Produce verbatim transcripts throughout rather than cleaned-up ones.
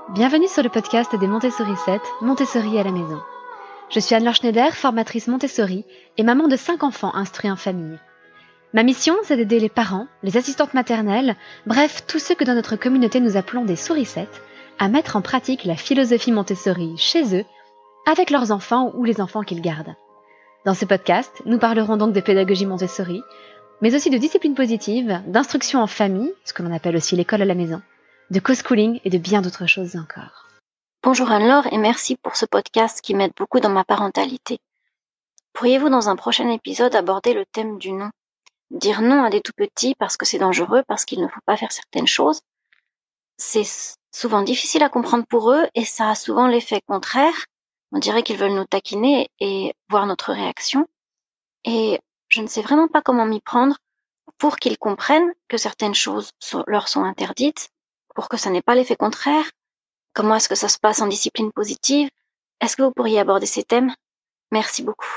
Bienvenue sur le podcast des Montessori sept, Montessori à la maison. Je suis Anne-Laure Schneider, formatrice Montessori et maman de cinq enfants instruits en famille. Ma mission, c'est d'aider les parents, les assistantes maternelles, bref, tous ceux que dans notre communauté nous appelons des sourissettes, à mettre en pratique la philosophie Montessori chez eux, avec leurs enfants ou les enfants qu'ils gardent. Dans ce podcast, nous parlerons donc de pédagogie Montessori, mais aussi de discipline positive, d'instruction en famille, ce que l'on appelle aussi l'école à la maison, de co-schooling et de bien d'autres choses encore. Bonjour Anne-Laure et merci pour ce podcast qui m'aide beaucoup dans ma parentalité. Pourriez-vous dans un prochain épisode aborder le thème du non? Dire non à des tout-petits parce que c'est dangereux, parce qu'il ne faut pas faire certaines choses, c'est souvent difficile à comprendre pour eux et ça a souvent l'effet contraire. On dirait qu'ils veulent nous taquiner et voir notre réaction. Et je ne sais vraiment pas comment m'y prendre pour qu'ils comprennent que certaines choses leur sont interdites, pour que ça n'ait pas l'effet contraire. Comment est-ce que ça se passe en discipline positive? Est-ce que vous pourriez aborder ces thèmes? Merci beaucoup.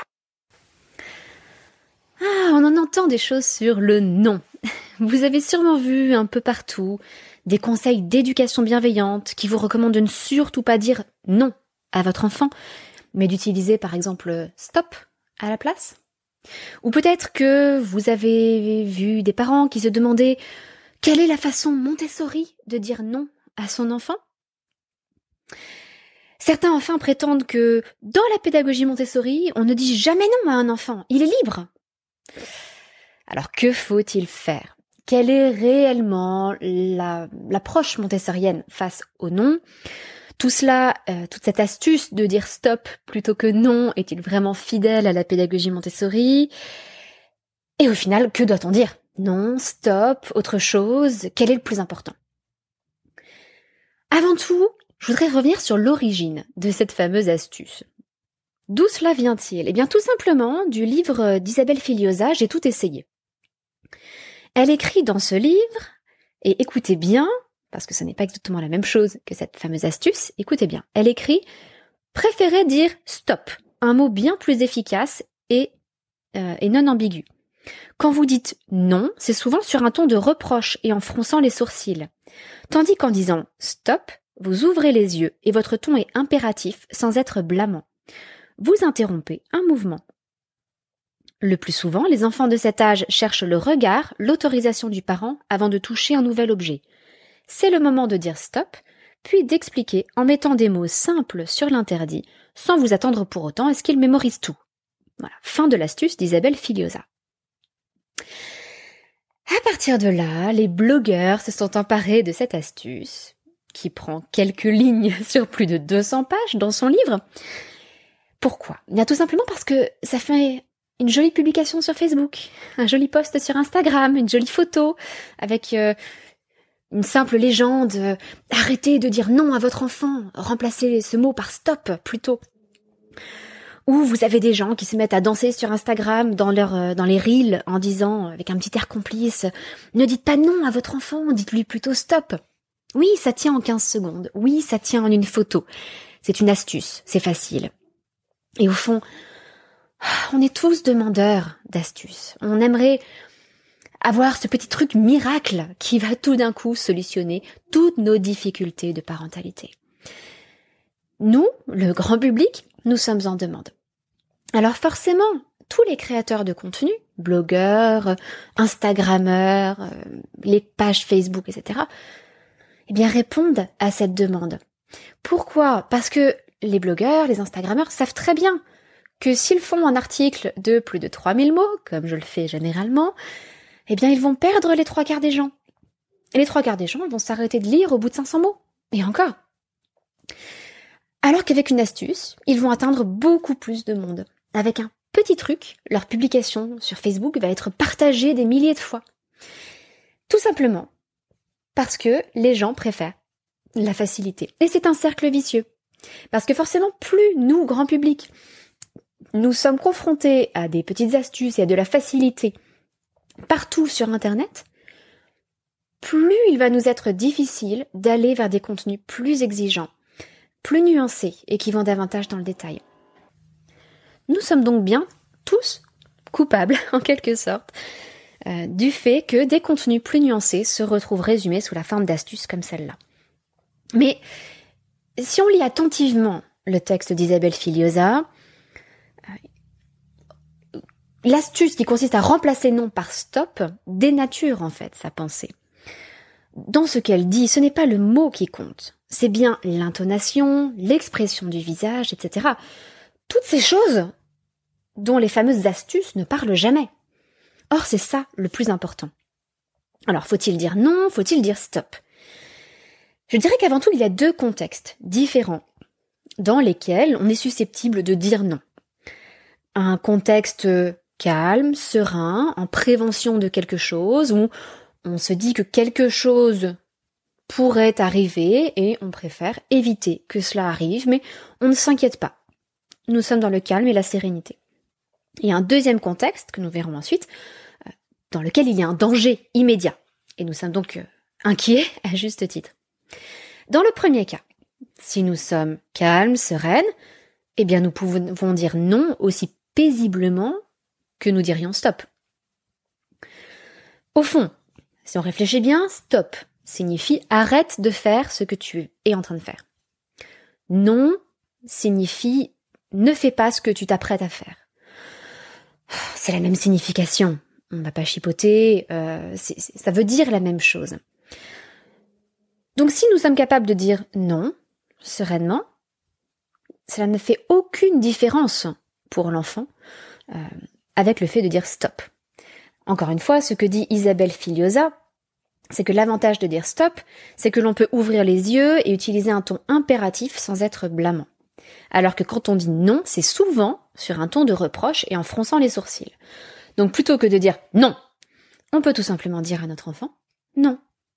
Ah, on en entend des choses sur le non. Vous avez sûrement vu un peu partout des conseils d'éducation bienveillante qui vous recommandent de ne surtout pas dire non à votre enfant, mais d'utiliser par exemple stop à la place. Ou peut-être que vous avez vu des parents qui se demandaient quelle est la façon Montessori de dire non à son enfant. Certains enfin prétendent que dans la pédagogie Montessori, on ne dit jamais non à un enfant, il est libre. Alors que faut-il faire? Quelle est réellement la, l'approche montessorienne face au non? Tout cela, euh, toute cette astuce de dire stop plutôt que non, est-il vraiment fidèle à la pédagogie Montessori? Et au final, que doit-on dire? Non, stop, autre chose, quel est le plus important? Avant tout, je voudrais revenir sur l'origine de cette fameuse astuce. D'où cela vient-il? Eh bien, tout simplement du livre d'Isabelle Filiosa, J'ai tout essayé. Elle écrit dans ce livre, et écoutez bien, parce que ce n'est pas exactement la même chose que cette fameuse astuce, écoutez bien, elle écrit « Préférez dire stop », un mot bien plus efficace et, euh, et non ambigu. Quand vous dites non, c'est souvent sur un ton de reproche et en fronçant les sourcils. Tandis qu'en disant stop, vous ouvrez les yeux et votre ton est impératif sans être blâmant. Vous interrompez un mouvement. Le plus souvent, les enfants de cet âge cherchent le regard, l'autorisation du parent avant de toucher un nouvel objet. C'est le moment de dire stop, puis d'expliquer en mettant des mots simples sur l'interdit, sans vous attendre pour autant à ce qu'ils mémorisent tout. Voilà, fin de l'astuce d'Isabelle Filiosa. À partir de là, les blogueurs se sont emparés de cette astuce, qui prend quelques lignes sur plus de deux cents pages dans son livre. Pourquoi? Eh bien, tout simplement parce que ça fait une jolie publication sur Facebook, un joli post sur Instagram, une jolie photo avec euh, une simple légende euh, « Arrêtez de dire non à votre enfant, remplacez ce mot par stop plutôt ». Ou vous avez des gens qui se mettent à danser sur Instagram dans, leur, euh, dans les reels en disant, avec un petit air complice, « Ne dites pas non à votre enfant, dites-lui plutôt stop ». Oui, ça tient en quinze secondes. Oui, ça tient en une photo. C'est une astuce, c'est facile. Et au fond, on est tous demandeurs d'astuces. On aimerait avoir ce petit truc miracle qui va tout d'un coup solutionner toutes nos difficultés de parentalité. Nous, le grand public, nous sommes en demande. Alors forcément, tous les créateurs de contenu, blogueurs, Instagrammeurs, euh, les pages Facebook, et cetera, eh bien répondent à cette demande. Pourquoi? Parce que les blogueurs, les Instagrammeurs savent très bien que s'ils font un article de plus de trois mille mots, comme je le fais généralement, eh bien ils vont perdre les trois quarts des gens. Et les trois quarts des gens vont s'arrêter de lire au bout de cinq cents mots. Et encore. Alors qu'avec une astuce, ils vont atteindre beaucoup plus de monde. Avec un petit truc, leur publication sur Facebook va être partagée des milliers de fois. Tout simplement parce que les gens préfèrent la facilité. Et c'est un cercle vicieux. Parce que forcément, plus nous, grand public, nous sommes confrontés à des petites astuces et à de la facilité partout sur Internet, plus il va nous être difficile d'aller vers des contenus plus exigeants, plus nuancés et qui vont davantage dans le détail. Nous sommes donc bien tous coupables, en quelque sorte, euh, du fait que des contenus plus nuancés se retrouvent résumés sous la forme d'astuces comme celle-là. Mais si on lit attentivement le texte d'Isabelle Filiosa, euh, l'astuce qui consiste à remplacer non par stop dénature en fait sa pensée. Dans ce qu'elle dit, ce n'est pas le mot qui compte, c'est bien l'intonation, l'expression du visage, et cetera. Toutes ces choses dont les fameuses astuces ne parlent jamais. Or, c'est ça le plus important. Alors, faut-il dire non? Faut-il dire stop? Je dirais qu'avant tout, il y a deux contextes différents dans lesquels on est susceptible de dire non. Un contexte calme, serein, en prévention de quelque chose, où on se dit que quelque chose pourrait arriver et on préfère éviter que cela arrive, mais on ne s'inquiète pas. Nous sommes dans le calme et la sérénité. Il y a un deuxième contexte, que nous verrons ensuite, dans lequel il y a un danger immédiat. Et nous sommes donc inquiets à juste titre. Dans le premier cas, si nous sommes calmes, sereines, eh bien nous pouvons dire non aussi paisiblement que nous dirions stop. Au fond, si on réfléchit bien, stop signifie arrête de faire ce que tu es en train de faire. Non signifie ne fais pas ce que tu t'apprêtes à faire. C'est la même signification. On ne va pas chipoter, euh, c'est, c'est, ça veut dire la même chose. Donc si nous sommes capables de dire non, sereinement, cela ne fait aucune différence pour l'enfant euh, avec le fait de dire stop. Encore une fois, ce que dit Isabelle Filiosa, c'est que l'avantage de dire stop, c'est que l'on peut ouvrir les yeux et utiliser un ton impératif sans être blâmant. Alors que quand on dit non, c'est souvent sur un ton de reproche et en fronçant les sourcils. Donc plutôt que de dire non, on peut tout simplement dire à notre enfant non.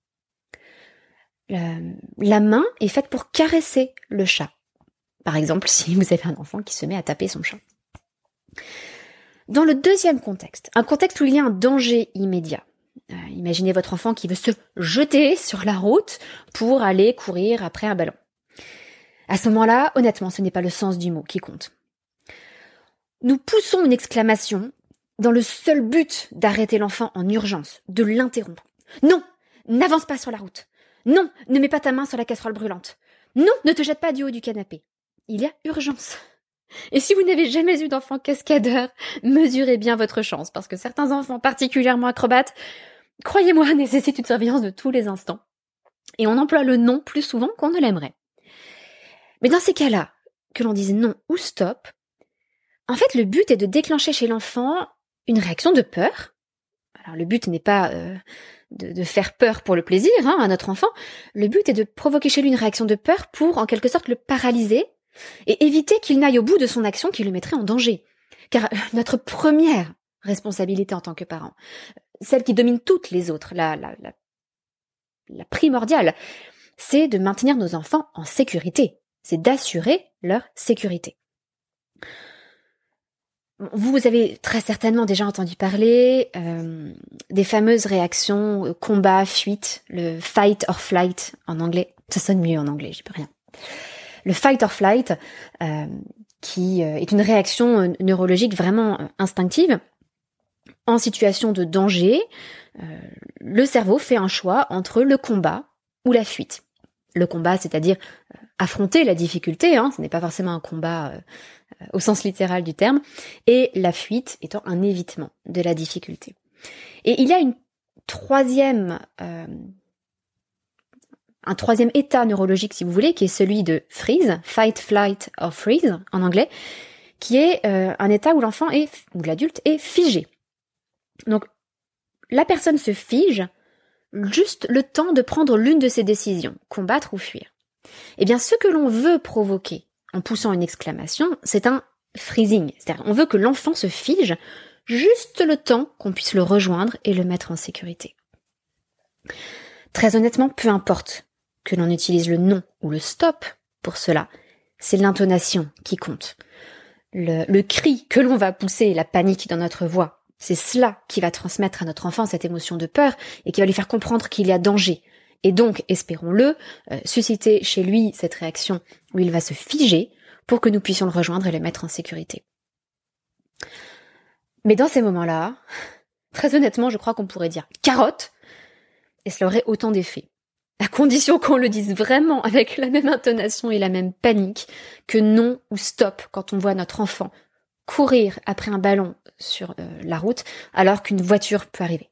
La, la main est faite pour caresser le chat. Par exemple, si vous avez un enfant qui se met à taper son chat. Dans le deuxième contexte, un contexte où il y a un danger immédiat. Euh, imaginez votre enfant qui veut se jeter sur la route pour aller courir après un ballon. À ce moment-là, honnêtement, ce n'est pas le sens du mot qui compte. Nous poussons une exclamation dans le seul but d'arrêter l'enfant en urgence, de l'interrompre. Non, n'avance pas sur la route. Non, ne mets pas ta main sur la casserole brûlante. Non, ne te jette pas du haut du canapé. Il y a urgence. Et si vous n'avez jamais eu d'enfant cascadeur, mesurez bien votre chance, parce que certains enfants particulièrement acrobates, croyez-moi, nécessitent une surveillance de tous les instants. Et on emploie le non plus souvent qu'on ne l'aimerait. Mais dans ces cas-là, que l'on dise non ou stop, en fait, le but est de déclencher chez l'enfant une réaction de peur. Alors, le but n'est pas euh, de, de faire peur pour le plaisir hein, à notre enfant. Le but est de provoquer chez lui une réaction de peur pour, en quelque sorte, le paralyser et éviter qu'il n'aille au bout de son action qui le mettrait en danger. Car notre première responsabilité en tant que parent, celle qui domine toutes les autres, la, la, la, la primordiale, c'est de maintenir nos enfants en sécurité. C'est d'assurer leur sécurité. Vous avez très certainement déjà entendu parler euh, des fameuses réactions euh, combat, fuite, le fight or flight en anglais. Ça sonne mieux en anglais, j'y peux rien. Le fight or flight, euh, qui euh, est une réaction euh, neurologique vraiment euh, instinctive. En situation de danger, euh, le cerveau fait un choix entre le combat ou la fuite. Le combat, c'est-à-dire euh, affronter la difficulté, hein, ce n'est pas forcément un combat euh, euh, au sens littéral du terme, et la fuite étant un évitement de la difficulté. Et il y a une troisième, euh, un troisième état neurologique, si vous voulez, qui est celui de freeze, fight, flight or freeze en anglais, qui est euh, un état où l'enfant est, ou l'adulte est figé. Donc, la personne se fige juste le temps de prendre l'une de ses décisions, combattre ou fuir. Eh bien, ce que l'on veut provoquer en poussant une exclamation, c'est un freezing. C'est-à-dire, on veut que l'enfant se fige juste le temps qu'on puisse le rejoindre et le mettre en sécurité. Très honnêtement, peu importe que l'on utilise le non ou le stop pour cela, c'est l'intonation qui compte. Le, le cri que l'on va pousser, la panique dans notre voix, c'est cela qui va transmettre à notre enfant cette émotion de peur et qui va lui faire comprendre qu'il y a danger. Et donc, espérons-le, euh, susciter chez lui cette réaction où il va se figer pour que nous puissions le rejoindre et le mettre en sécurité. Mais dans ces moments-là, très honnêtement, je crois qu'on pourrait dire carotte et cela aurait autant d'effet. à condition qu'on le dise vraiment avec la même intonation et la même panique que non ou stop quand on voit notre enfant courir après un ballon sur euh, la route alors qu'une voiture peut arriver.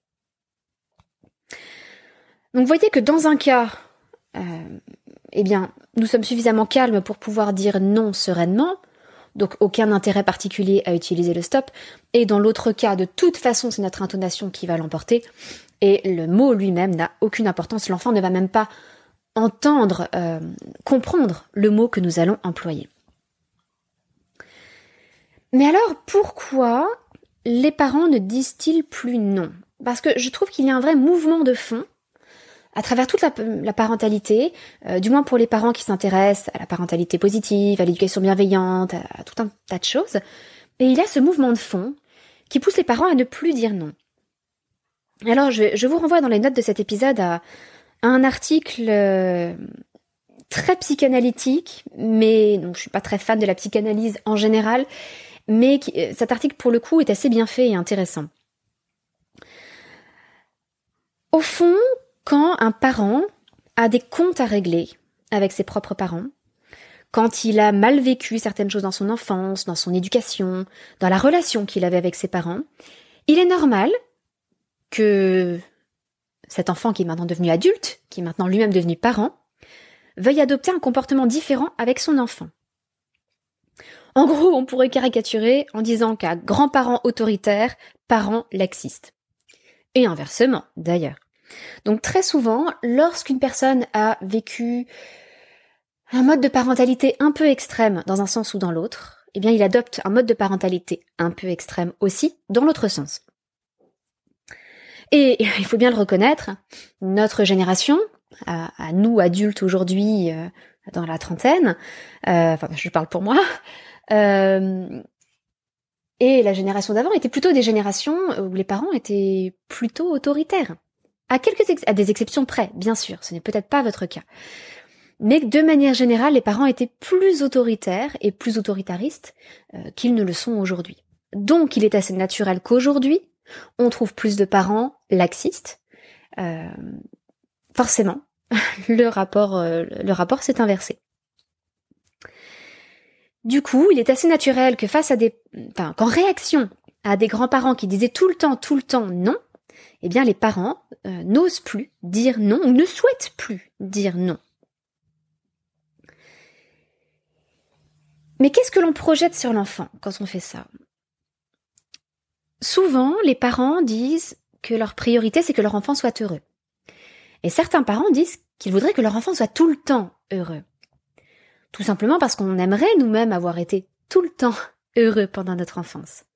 Donc vous voyez que dans un cas, euh, eh bien, nous sommes suffisamment calmes pour pouvoir dire non sereinement, donc aucun intérêt particulier à utiliser le stop, et dans l'autre cas, de toute façon, c'est notre intonation qui va l'emporter, et le mot lui-même n'a aucune importance, l'enfant ne va même pas entendre, euh, comprendre le mot que nous allons employer. Mais alors, pourquoi les parents ne disent-ils plus non ? Parce que je trouve qu'il y a un vrai mouvement de fond à travers toute la, la parentalité, euh, du moins pour les parents qui s'intéressent à la parentalité positive, à l'éducation bienveillante, à, à tout un tas de choses. Et il y a ce mouvement de fond qui pousse les parents à ne plus dire non. Alors, je, je vous renvoie dans les notes de cet épisode à, à un article euh, très psychanalytique, mais donc je suis pas très fan de la psychanalyse en général, mais qui, cet article, pour le coup, est assez bien fait et intéressant. Au fond, quand un parent a des comptes à régler avec ses propres parents, quand il a mal vécu certaines choses dans son enfance, dans son éducation, dans la relation qu'il avait avec ses parents, il est normal que cet enfant qui est maintenant devenu adulte, qui est maintenant lui-même devenu parent, veuille adopter un comportement différent avec son enfant. En gros, on pourrait caricaturer en disant qu'à grands-parents autoritaires, parents laxistes. Et inversement, d'ailleurs. Donc très souvent, lorsqu'une personne a vécu un mode de parentalité un peu extrême dans un sens ou dans l'autre, eh bien il adopte un mode de parentalité un peu extrême aussi dans l'autre sens. Et il faut bien le reconnaître, notre génération, à, à nous adultes aujourd'hui euh, dans la trentaine, euh, enfin je parle pour moi, euh, et la génération d'avant était plutôt des générations où les parents étaient plutôt autoritaires. À quelques ex- à des exceptions près, bien sûr, ce n'est peut-être pas votre cas. Mais de manière générale, les parents étaient plus autoritaires et plus autoritaristes euh, qu'ils ne le sont aujourd'hui. Donc il est assez naturel qu'aujourd'hui, on trouve plus de parents laxistes. Euh, forcément, le rapport, euh, le rapport s'est inversé. Du coup, il est assez naturel que face à des, enfin, qu'en réaction à des grands-parents qui disaient tout le temps, tout le temps non, eh bien les parents euh, n'osent plus dire non ou ne souhaitent plus dire non. Mais qu'est-ce que l'on projette sur l'enfant quand on fait ça ? Souvent, les parents disent que leur priorité, c'est que leur enfant soit heureux. Et certains parents disent qu'ils voudraient que leur enfant soit tout le temps heureux. Tout simplement parce qu'on aimerait nous-mêmes avoir été tout le temps heureux pendant notre enfance.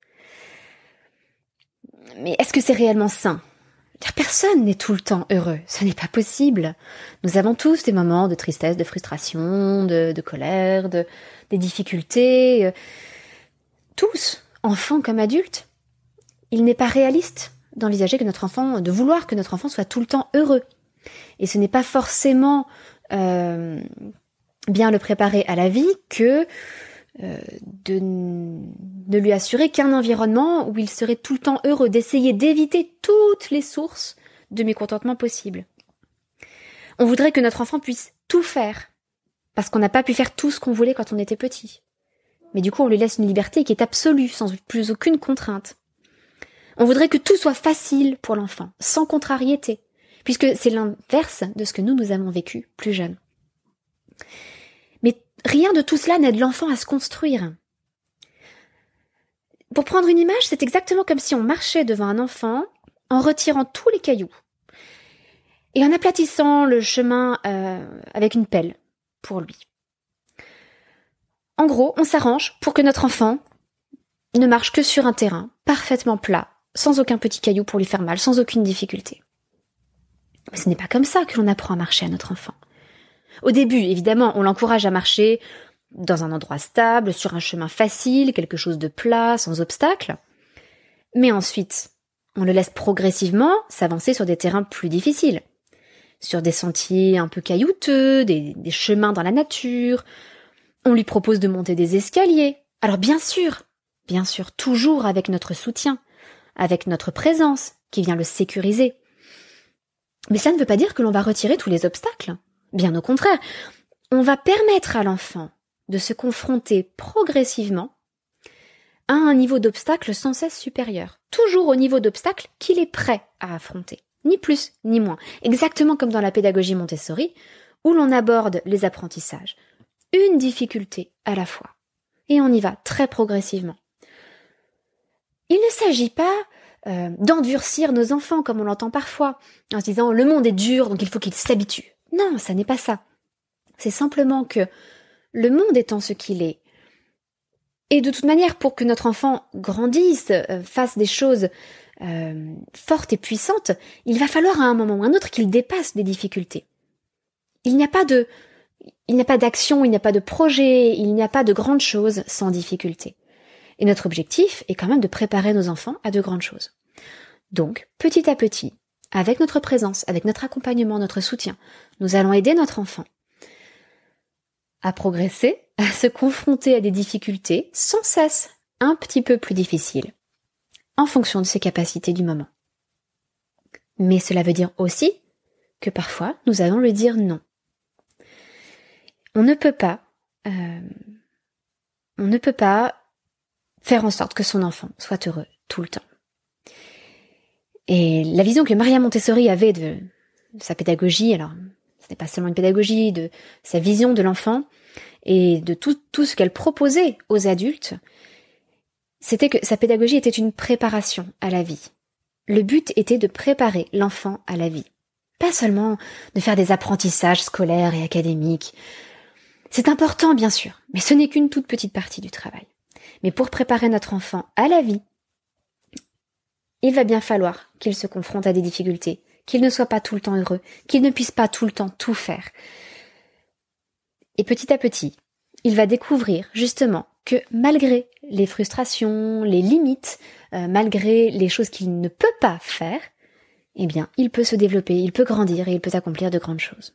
Mais est-ce que c'est réellement sain ? Personne n'est tout le temps heureux, ce n'est pas possible. Nous avons tous des moments de tristesse, de frustration, de, de colère, de, des difficultés. Euh, tous, enfants comme adultes. Il n'est pas réaliste d'envisager que notre enfant, de vouloir que notre enfant soit tout le temps heureux. Et ce n'est pas forcément euh, bien le préparer à la vie que euh, de ne lui assurer qu'un environnement où il serait tout le temps heureux, d'essayer d'éviter toutes les sources de mécontentement possibles. On voudrait que notre enfant puisse tout faire, parce qu'on n'a pas pu faire tout ce qu'on voulait quand on était petit. Mais du coup, on lui laisse une liberté qui est absolue, sans plus aucune contrainte. On voudrait que tout soit facile pour l'enfant, sans contrariété, puisque c'est l'inverse de ce que nous, nous avons vécu plus jeunes. Mais rien de tout cela n'aide l'enfant à se construire. Pour prendre une image, c'est exactement comme si on marchait devant un enfant en retirant tous les cailloux et en aplatissant le chemin euh, avec une pelle pour lui. En gros, on s'arrange pour que notre enfant ne marche que sur un terrain parfaitement plat, sans aucun petit caillou pour lui faire mal, sans aucune difficulté. Mais ce n'est pas comme ça que l'on apprend à marcher à notre enfant. Au début, évidemment, on l'encourage à marcher dans un endroit stable, sur un chemin facile, quelque chose de plat, sans obstacle. Mais ensuite, on le laisse progressivement s'avancer sur des terrains plus difficiles, sur des sentiers un peu caillouteux, des, des chemins dans la nature. On lui propose de monter des escaliers. Alors bien sûr, bien sûr, toujours avec notre soutien, avec notre présence qui vient le sécuriser. Mais ça ne veut pas dire que l'on va retirer tous les obstacles. Bien au contraire, on va permettre à l'enfant de se confronter progressivement à un niveau d'obstacle sans cesse supérieur. Toujours au niveau d'obstacle qu'il est prêt à affronter. Ni plus, ni moins. Exactement comme dans la pédagogie Montessori, où l'on aborde les apprentissages. Une difficulté à la fois. Et on y va très progressivement. Il ne s'agit pas euh, d'endurcir nos enfants comme on l'entend parfois, en se disant « le monde est dur, donc il faut qu'ils s'habituent ». Non, ça n'est pas ça. C'est simplement que le monde étant ce qu'il est, et de toute manière, pour que notre enfant grandisse, euh, fasse des choses euh, fortes et puissantes, il va falloir à un moment ou à un autre qu'il dépasse des difficultés. Il n'y a pas de, il n'y a pas d'action, il n'y a pas de projet, il n'y a pas de grandes choses sans difficulté. Et notre objectif est quand même de préparer nos enfants à de grandes choses. Donc, petit à petit, avec notre présence, avec notre accompagnement, notre soutien, nous allons aider notre enfant à progresser, à se confronter à des difficultés sans cesse un petit peu plus difficiles, en fonction de ses capacités du moment. Mais cela veut dire aussi que parfois, nous allons lui dire non. On ne peut pas, euh, on ne peut pas faire en sorte que son enfant soit heureux tout le temps. Et la vision que Maria Montessori avait de sa pédagogie, alors ce n'est pas seulement une pédagogie, de sa vision de l'enfant et de tout, tout ce qu'elle proposait aux adultes, c'était que sa pédagogie était une préparation à la vie. Le but était de préparer l'enfant à la vie. Pas seulement de faire des apprentissages scolaires et académiques. C'est important, bien sûr, mais ce n'est qu'une toute petite partie du travail. Mais pour préparer notre enfant à la vie, il va bien falloir qu'il se confronte à des difficultés, qu'il ne soit pas tout le temps heureux, qu'il ne puisse pas tout le temps tout faire. Et petit à petit, il va découvrir justement que malgré les frustrations, les limites, euh, malgré les choses qu'il ne peut pas faire, eh bien, il peut se développer, il peut grandir et il peut accomplir de grandes choses.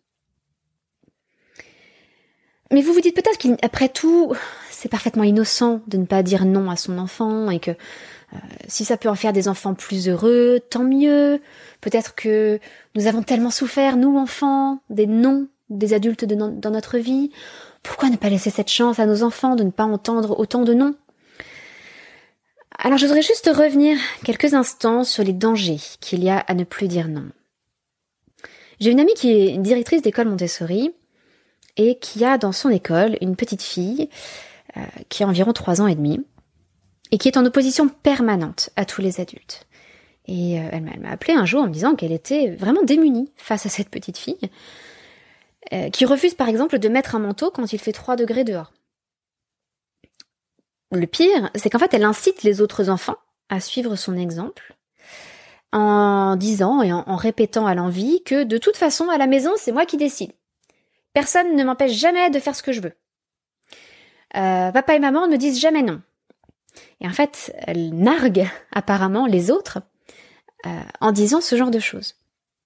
Mais vous vous dites peut-être qu'après tout, c'est parfaitement innocent de ne pas dire non à son enfant et que euh, si ça peut en faire des enfants plus heureux, tant mieux. Peut-être que nous avons tellement souffert, nous enfants, des non des adultes de no- dans notre vie. Pourquoi ne pas laisser cette chance à nos enfants de ne pas entendre autant de non ? Alors je voudrais juste revenir quelques instants sur les dangers qu'il y a à ne plus dire non. J'ai une amie qui est directrice d'école Montessori et qui a dans son école une petite fille euh, qui a environ trois ans et demi et qui est en opposition permanente à tous les adultes. Et euh, elle m'a, elle m'a appelé un jour en me disant qu'elle était vraiment démunie face à cette petite fille euh, qui refuse par exemple de mettre un manteau quand il fait trois degrés dehors. Le pire, c'est qu'en fait elle incite les autres enfants à suivre son exemple en disant et en, en répétant à l'envi que de toute façon à la maison c'est moi qui décide. Personne ne m'empêche jamais de faire ce que je veux. Euh, papa et maman ne me disent jamais non. Et en fait, elle nargue apparemment les autres euh, en disant ce genre de choses.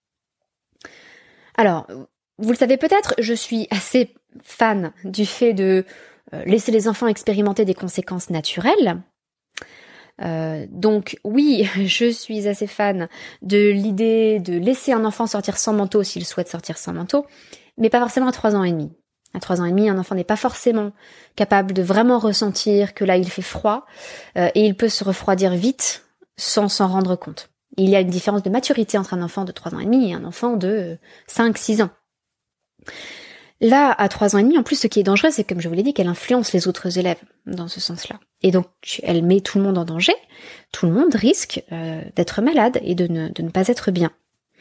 Alors, vous le savez peut-être, je suis assez fan du fait de euh, laisser les enfants expérimenter des conséquences naturelles. Euh, donc oui, je suis assez fan de l'idée de laisser un enfant sortir sans manteau s'il souhaite sortir sans manteau, mais pas forcément à trois ans et demi. À trois ans et demi, un enfant n'est pas forcément capable de vraiment ressentir que là il fait froid euh, et il peut se refroidir vite sans s'en rendre compte. Il y a une différence de maturité entre un enfant de trois ans et demi et un enfant de cinq six ans. Là, à trois ans et demi, en plus, ce qui est dangereux, c'est comme je vous l'ai dit, qu'elle influence les autres élèves dans ce sens-là. Et donc, elle met tout le monde en danger. Tout le monde risque euh, d'être malade et de ne, de ne pas être bien.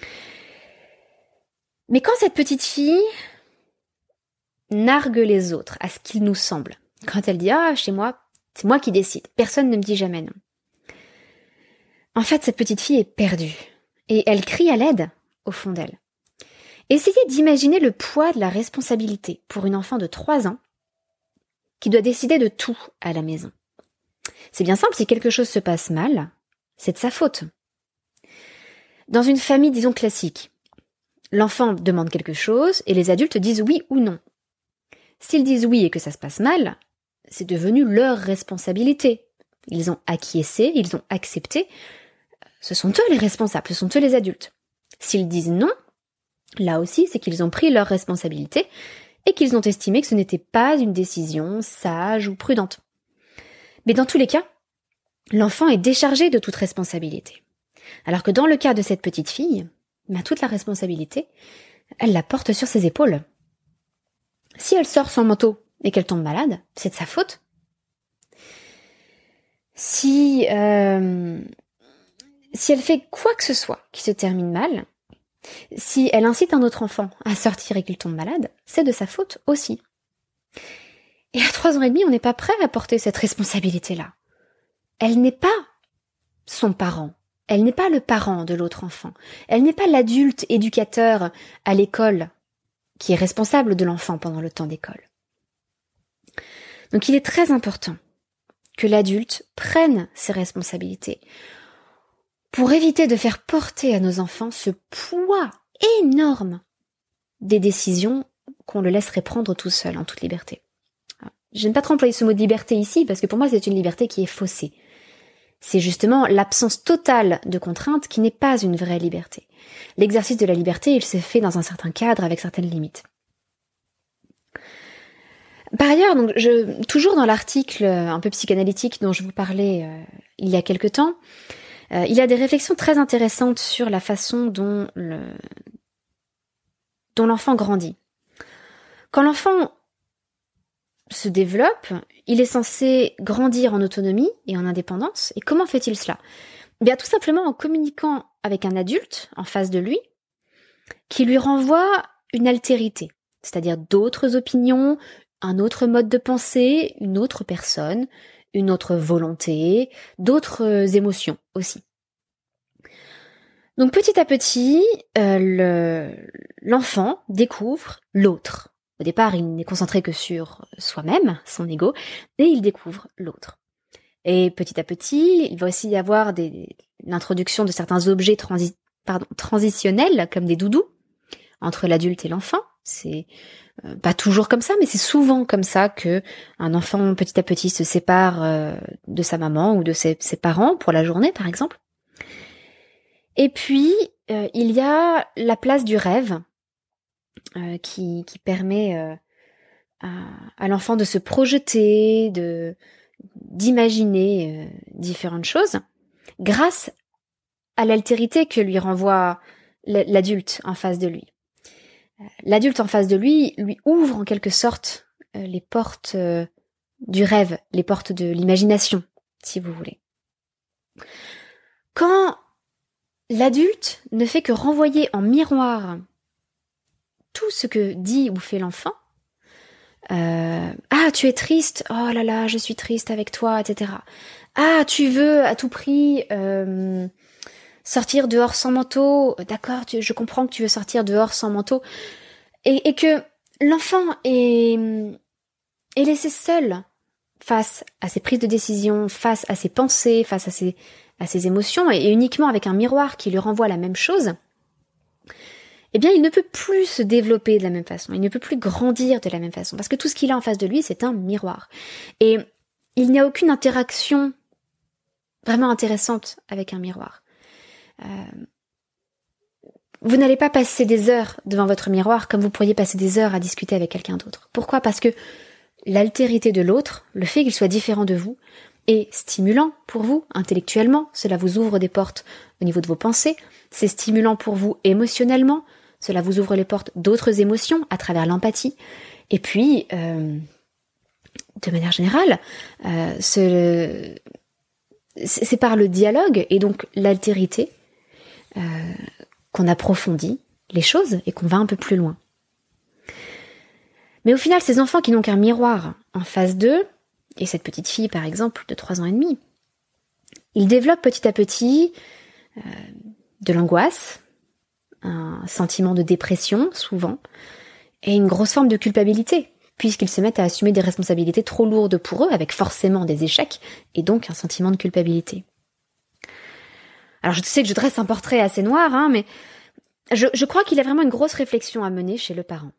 Mais quand cette petite fille nargue les autres, à ce qu'il nous semble, quand elle dit « Ah, chez moi, c'est moi qui décide, personne ne me dit jamais non », en fait, cette petite fille est perdue. Et elle crie à l'aide au fond d'elle. Essayez d'imaginer le poids de la responsabilité pour une enfant de trois ans qui doit décider de tout à la maison. C'est bien simple, si quelque chose se passe mal, c'est de sa faute. Dans une famille, disons, classique, l'enfant demande quelque chose et les adultes disent oui ou non. S'ils disent oui et que ça se passe mal, c'est devenu leur responsabilité. Ils ont acquiescé, ils ont accepté. Ce sont eux les responsables, ce sont eux les adultes. S'ils disent non, Là aussi, c'est qu'ils ont pris leurs responsabilités et qu'ils ont estimé que ce n'était pas une décision sage ou prudente. Mais dans tous les cas, l'enfant est déchargé de toute responsabilité. Alors que dans le cas de cette petite fille, ben, toute la responsabilité, elle la porte sur ses épaules. Si elle sort sans manteau et qu'elle tombe malade, c'est de sa faute. Si, euh, si elle fait quoi que ce soit qui se termine mal, si elle incite un autre enfant à sortir et qu'il tombe malade, c'est de sa faute aussi. Et à trois ans et demi, on n'est pas prêt à porter cette responsabilité-là. Elle n'est pas son parent. Elle n'est pas le parent de l'autre enfant. Elle n'est pas l'adulte éducateur à l'école qui est responsable de l'enfant pendant le temps d'école. Donc il est très important que l'adulte prenne ses responsabilités pour éviter de faire porter à nos enfants ce poids énorme des décisions qu'on le laisserait prendre tout seul, en toute liberté. J'aime pas trop employer ce mot de liberté ici, parce que pour moi c'est une liberté qui est faussée. C'est justement l'absence totale de contraintes qui n'est pas une vraie liberté. L'exercice de la liberté, il se fait dans un certain cadre, avec certaines limites. Par ailleurs, donc, je, toujours dans l'article un peu psychanalytique dont je vous parlais euh, il y a quelque temps, euh, il y a des réflexions très intéressantes sur la façon dont le, dont l'enfant grandit. Quand l'enfant se développe, il est censé grandir en autonomie et en indépendance. Et comment fait-il cela ? Bien, tout simplement en communiquant avec un adulte en face de lui, qui lui renvoie une altérité, c'est-à-dire d'autres opinions, un autre mode de pensée, une autre personne, une autre volonté, d'autres émotions aussi. Donc petit à petit, euh, le, l'enfant découvre l'autre. Au départ, il n'est concentré que sur soi-même, son ego, et il découvre l'autre. Et petit à petit, il va aussi y avoir des, l'introduction de certains objets transi, pardon, transitionnels, comme des doudous, entre l'adulte et l'enfant. C'est euh, pas toujours comme ça, mais c'est souvent comme ça que un enfant, petit à petit, se sépare euh, de sa maman ou de ses, ses parents pour la journée, par exemple. Et puis, euh, il y a la place du rêve, Euh, qui, qui permet euh, à, à l'enfant de se projeter, de d'imaginer euh, différentes choses, grâce à l'altérité que lui renvoie l'adulte en face de lui. L'adulte en face de lui lui ouvre en quelque sorte euh, les portes euh, du rêve, les portes de l'imagination, si vous voulez. Quand l'adulte ne fait que renvoyer en miroir tout ce que dit ou fait l'enfant, euh, ah tu es triste, oh là là je suis triste avec toi, et cetera. Ah tu veux à tout prix euh, sortir dehors sans manteau, d'accord, tu, je comprends que tu veux sortir dehors sans manteau, et, et que l'enfant est, est laissé seul face à ses prises de décision, face à ses pensées, face à ses, à ses émotions, et, et uniquement avec un miroir qui lui renvoie la même chose, eh bien, il ne peut plus se développer de la même façon, il ne peut plus grandir de la même façon, parce que tout ce qu'il a en face de lui, c'est un miroir. Et il n'y a aucune interaction vraiment intéressante avec un miroir. Euh, vous n'allez pas passer des heures devant votre miroir comme vous pourriez passer des heures à discuter avec quelqu'un d'autre. Pourquoi ? Parce que l'altérité de l'autre, le fait qu'il soit différent de vous, est stimulant pour vous intellectuellement, cela vous ouvre des portes au niveau de vos pensées, c'est stimulant pour vous émotionnellement, cela vous ouvre les portes d'autres émotions à travers l'empathie. Et puis, euh, de manière générale, euh, ce, c'est par le dialogue et donc l'altérité euh, qu'on approfondit les choses et qu'on va un peu plus loin. Mais au final, ces enfants qui n'ont qu'un miroir en face d'eux, et cette petite fille par exemple de trois ans et demi, ils développent petit à petit euh, de l'angoisse, un sentiment de dépression souvent, et une grosse forme de culpabilité, puisqu'ils se mettent à assumer des responsabilités trop lourdes pour eux, avec forcément des échecs, et donc un sentiment de culpabilité. Alors je sais que je dresse un portrait assez noir, hein, mais je, je crois qu'il y a vraiment une grosse réflexion à mener chez le parent.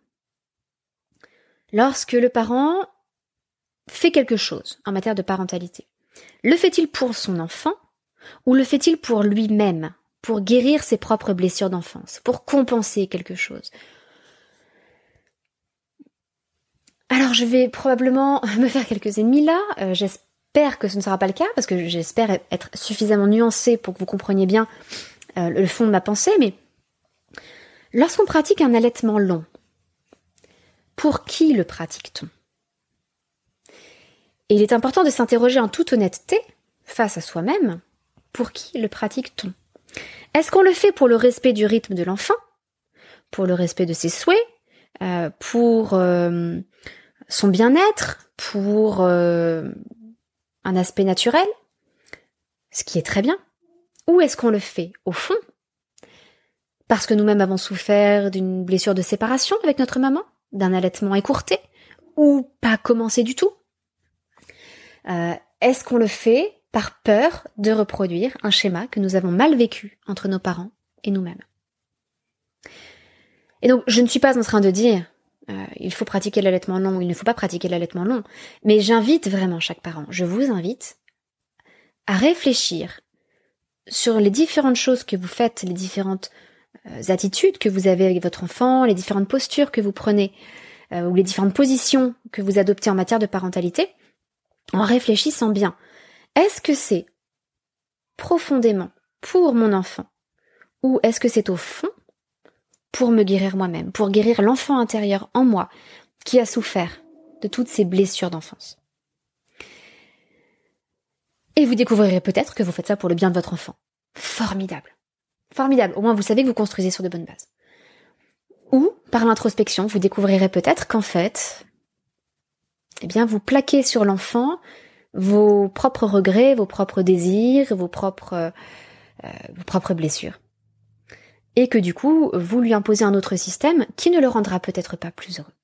Lorsque le parent fait quelque chose en matière de parentalité, le fait-il pour son enfant ou le fait-il pour lui-même ? pour guérir ses propres blessures d'enfance, pour compenser quelque chose. Alors je vais probablement me faire quelques ennemis là, euh, j'espère que ce ne sera pas le cas, parce que j'espère être suffisamment nuancée pour que vous compreniez bien euh, le fond de ma pensée, mais lorsqu'on pratique un allaitement long, pour qui le pratique-t-on ? Et il est important de s'interroger en toute honnêteté, face à soi-même, pour qui le pratique-t-on ? Est-ce qu'on le fait pour le respect du rythme de l'enfant, pour le respect de ses souhaits, euh, pour euh, son bien-être, pour euh, un aspect naturel, ce qui est très bien, ou est-ce qu'on le fait, au fond, parce que nous-mêmes avons souffert d'une blessure de séparation avec notre maman, d'un allaitement écourté, ou pas commencé du tout ? euh, Est-ce qu'on le fait par peur de reproduire un schéma que nous avons mal vécu entre nos parents et nous-mêmes ? Et donc, je ne suis pas en train de dire euh, il faut pratiquer l'allaitement long ou il ne faut pas pratiquer l'allaitement long, mais j'invite vraiment chaque parent, je vous invite à réfléchir sur les différentes choses que vous faites, les différentes euh, attitudes que vous avez avec votre enfant, les différentes postures que vous prenez, euh, ou les différentes positions que vous adoptez en matière de parentalité, en réfléchissant bien. Est-ce que c'est profondément pour mon enfant, ou est-ce que c'est au fond pour me guérir moi-même, pour guérir l'enfant intérieur en moi qui a souffert de toutes ces blessures d'enfance ? Et vous découvrirez peut-être que vous faites ça pour le bien de votre enfant. Formidable. Formidable. Au moins, vous savez que vous construisez sur de bonnes bases. Ou, par l'introspection, vous découvrirez peut-être qu'en fait, eh bien, vous plaquez sur l'enfant vos propres regrets, vos propres désirs, vos propres, euh, vos propres blessures. Et que du coup, vous lui imposez un autre système qui ne le rendra peut-être pas plus heureux.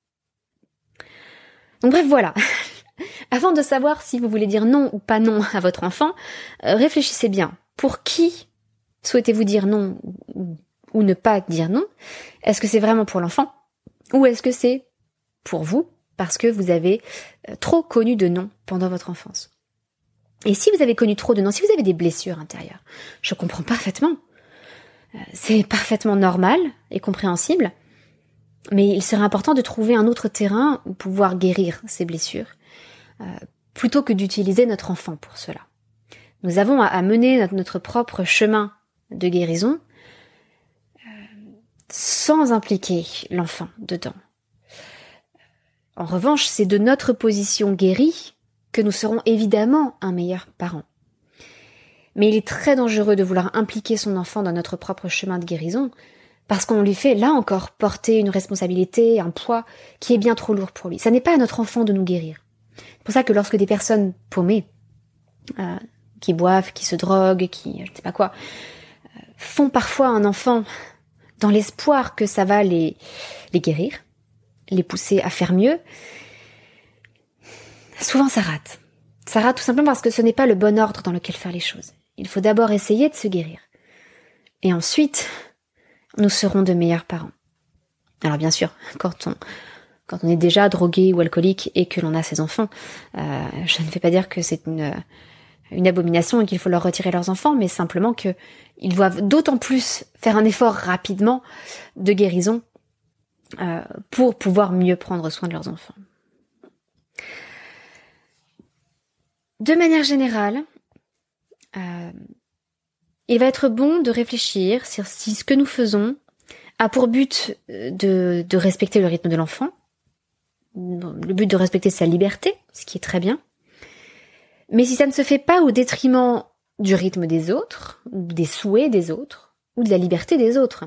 Donc bref, voilà. Avant de savoir si vous voulez dire non ou pas non à votre enfant, euh, réfléchissez bien. Pour qui souhaitez-vous dire non ou, ou ne pas dire non ? Est-ce que c'est vraiment pour l'enfant ? Ou est-ce que c'est pour vous parce que vous avez euh, trop connu de non pendant votre enfance ? Et si vous avez connu trop de non, si vous avez des blessures intérieures, je comprends parfaitement. C'est parfaitement normal et compréhensible, mais il serait important de trouver un autre terrain où pouvoir guérir ces blessures, euh, plutôt que d'utiliser notre enfant pour cela. Nous avons à, à mener notre, notre propre chemin de guérison euh, sans impliquer l'enfant dedans. En revanche, c'est de notre position guérie que nous serons évidemment un meilleur parent. Mais il est très dangereux de vouloir impliquer son enfant dans notre propre chemin de guérison, parce qu'on lui fait, là encore, porter une responsabilité, un poids qui est bien trop lourd pour lui. Ça n'est pas à notre enfant de nous guérir. C'est pour ça que lorsque des personnes paumées, euh, qui boivent, qui se droguent, qui, je ne sais pas quoi, euh, font parfois un enfant dans l'espoir que ça va les, les guérir, les pousser à faire mieux, souvent ça rate. Ça rate tout simplement parce que ce n'est pas le bon ordre dans lequel faire les choses. Il faut d'abord essayer de se guérir. Et ensuite, nous serons de meilleurs parents. Alors bien sûr, quand on, quand on est déjà drogué ou alcoolique et que l'on a ses enfants, euh, je ne vais pas dire que c'est une, une abomination et qu'il faut leur retirer leurs enfants, mais simplement qu'ils doivent d'autant plus faire un effort rapidement de guérison euh, pour pouvoir mieux prendre soin de leurs enfants. De manière générale, euh, il va être bon de réfléchir sur si ce que nous faisons a pour but de, de respecter le rythme de l'enfant, le but de respecter sa liberté, ce qui est très bien, mais si ça ne se fait pas au détriment du rythme des autres, ou des souhaits des autres, ou de la liberté des autres.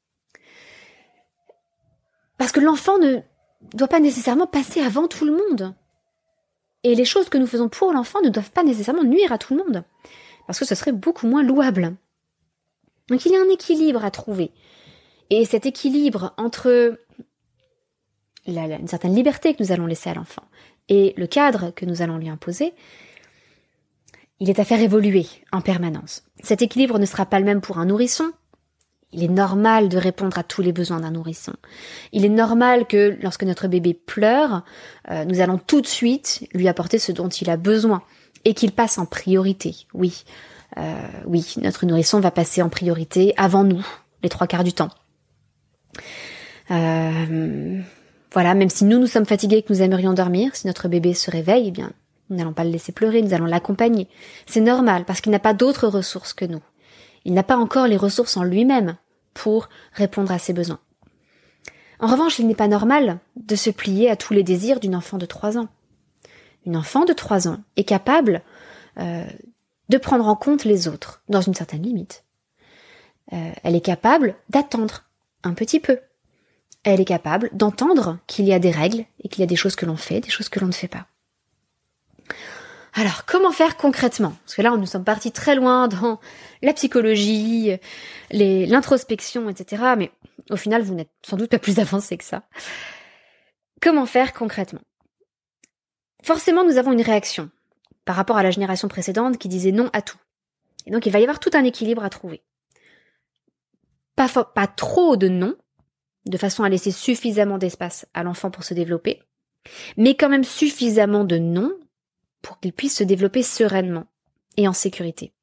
Parce que l'enfant ne doit pas nécessairement passer avant tout le monde. Et les choses que nous faisons pour l'enfant ne doivent pas nécessairement nuire à tout le monde, parce que ce serait beaucoup moins louable. Donc il y a un équilibre à trouver. Et cet équilibre entre la, la, une certaine liberté que nous allons laisser à l'enfant et le cadre que nous allons lui imposer, il est à faire évoluer en permanence. Cet équilibre ne sera pas le même pour un nourrisson. Il est normal de répondre à tous les besoins d'un nourrisson. Il est normal que lorsque notre bébé pleure, euh, nous allons tout de suite lui apporter ce dont il a besoin et qu'il passe en priorité. Oui, Euh, oui, notre nourrisson va passer en priorité avant nous, les trois quarts du temps. Euh, voilà, même si nous, nous sommes fatigués, que nous aimerions dormir, si notre bébé se réveille, eh bien, nous n'allons pas le laisser pleurer, nous allons l'accompagner. C'est normal, parce qu'il n'a pas d'autres ressources que nous. Il n'a pas encore les ressources en lui-même pour répondre à ses besoins. En revanche, il n'est pas normal de se plier à tous les désirs d'une enfant de trois ans. Une enfant de trois ans est capable euh, de prendre en compte les autres, dans une certaine limite. Euh, elle est capable d'attendre un petit peu. Elle est capable d'entendre qu'il y a des règles et qu'il y a des choses que l'on fait, des choses que l'on ne fait pas. Alors, comment faire concrètement? Parce que là, nous sommes partis très loin dans la psychologie, les, l'introspection, et cetera. Mais au final, vous n'êtes sans doute pas plus avancé que ça. Comment faire concrètement? Forcément, nous avons une réaction par rapport à la génération précédente qui disait non à tout. Et donc, il va y avoir tout un équilibre à trouver. Pas, fa- pas trop de non, de façon à laisser suffisamment d'espace à l'enfant pour se développer, mais quand même suffisamment de non pour qu'il puisse se développer sereinement et en sécurité.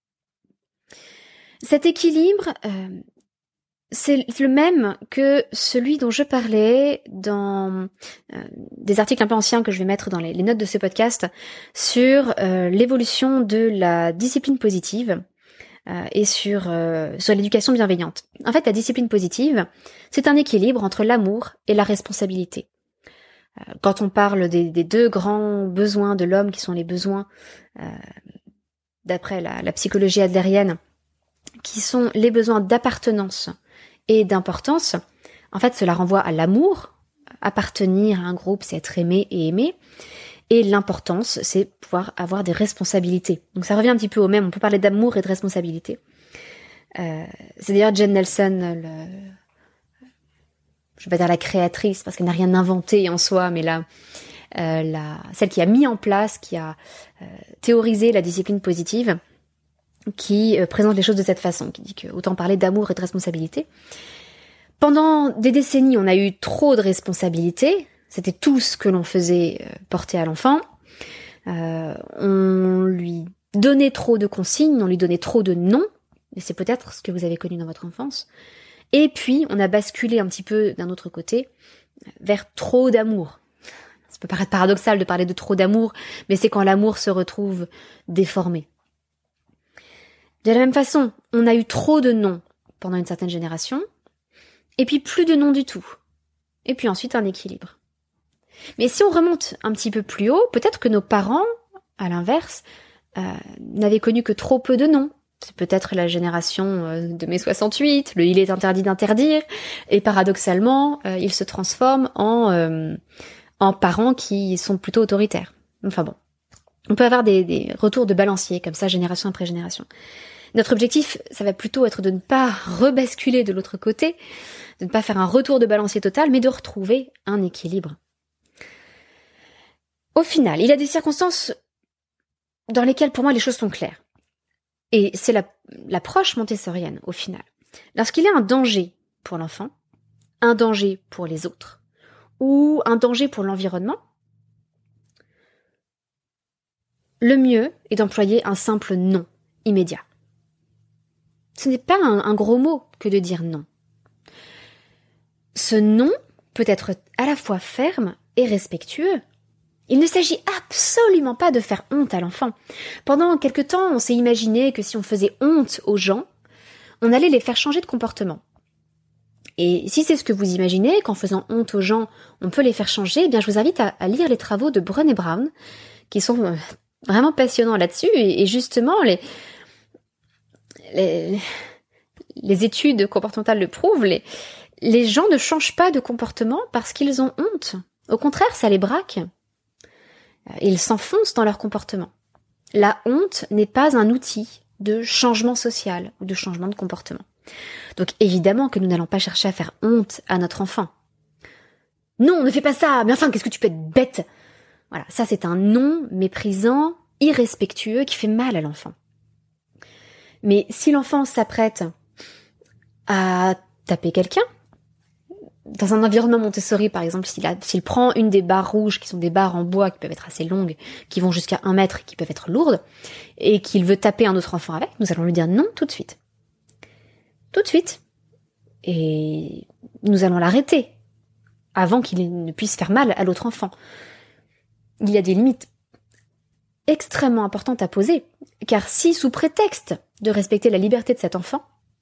Cet équilibre, euh, c'est le même que celui dont je parlais dans euh, des articles un peu anciens que je vais mettre dans les, les notes de ce podcast sur euh, l'évolution de la discipline positive euh, et sur, euh, sur l'éducation bienveillante. En fait, la discipline positive, c'est un équilibre entre l'amour et la responsabilité. Quand on parle des, des deux grands besoins de l'homme, qui sont les besoins, euh, d'après la, la psychologie adlérienne, qui sont les besoins d'appartenance et d'importance, en fait, cela renvoie à l'amour. Appartenir à un groupe, c'est être aimé et aimé. Et l'importance, c'est pouvoir avoir des responsabilités. Donc ça revient un petit peu au même, on peut parler d'amour et de responsabilité. Euh, c'est d'ailleurs Jen Nelson, le... je vais pas dire la créatrice, parce qu'elle n'a rien inventé en soi, mais la, euh, la, celle qui a mis en place, qui a euh, théorisé la discipline positive, qui euh, présente les choses de cette façon, qui dit que autant parler d'amour et de responsabilité. Pendant des décennies, on a eu trop de responsabilités, c'était tout ce que l'on faisait euh, porter à l'enfant, euh, on lui donnait trop de consignes, on lui donnait trop de noms, et c'est peut-être ce que vous avez connu dans votre enfance. Et puis, on a basculé un petit peu d'un autre côté vers trop d'amour. Ça peut paraître paradoxal de parler de trop d'amour, mais c'est quand l'amour se retrouve déformé. De la même façon, on a eu trop de noms pendant une certaine génération, et puis plus de noms du tout. Et puis ensuite un équilibre. Mais si on remonte un petit peu plus haut, peut-être que nos parents, à l'inverse, euh, n'avaient connu que trop peu de noms. C'est peut-être la génération de mai soixante-huit, le « il est interdit d'interdire », et paradoxalement, euh, ils se transforment en, euh, en parents qui sont plutôt autoritaires. Enfin bon, on peut avoir des, des retours de balancier, comme ça, génération après génération. Notre objectif, ça va plutôt être de ne pas rebasculer de l'autre côté, de ne pas faire un retour de balancier total, mais de retrouver un équilibre. Au final, il y a des circonstances dans lesquelles, pour moi, les choses sont claires. Et c'est la, l'approche montessorienne, au final. Lorsqu'il y a un danger pour l'enfant, un danger pour les autres, ou un danger pour l'environnement, le mieux est d'employer un simple non immédiat. Ce n'est pas un, un gros mot que de dire non. Ce non peut être à la fois ferme et respectueux. Il ne s'agit absolument pas de faire honte à l'enfant. Pendant quelque temps, on s'est imaginé que si on faisait honte aux gens, on allait les faire changer de comportement. Et si c'est ce que vous imaginez, qu'en faisant honte aux gens, on peut les faire changer, eh bien je vous invite à, à lire les travaux de Brené Brown, qui sont euh, vraiment passionnants là-dessus, et, et justement, les, les, les études comportementales le prouvent, les, les gens ne changent pas de comportement parce qu'ils ont honte. Au contraire, ça les braque. Ils s'enfoncent dans leur comportement. La honte n'est pas un outil de changement social ou de changement de comportement. Donc évidemment que nous n'allons pas chercher à faire honte à notre enfant. Non, ne fais pas ça, mais enfin, qu'est-ce que tu peux être bête? Voilà, ça c'est un non méprisant, irrespectueux, qui fait mal à l'enfant. Mais si l'enfant s'apprête à taper quelqu'un, dans un environnement Montessori, par exemple, s'il, a, s'il prend une des barres rouges, qui sont des barres en bois, qui peuvent être assez longues, qui vont jusqu'à un mètre, qui peuvent être lourdes, et qu'il veut taper un autre enfant avec, nous allons lui dire non tout de suite. Tout de suite. Et nous allons l'arrêter, avant qu'il ne puisse faire mal à l'autre enfant. Il y a des limites extrêmement importantes à poser, car si, sous prétexte de respecter la liberté de cet enfant,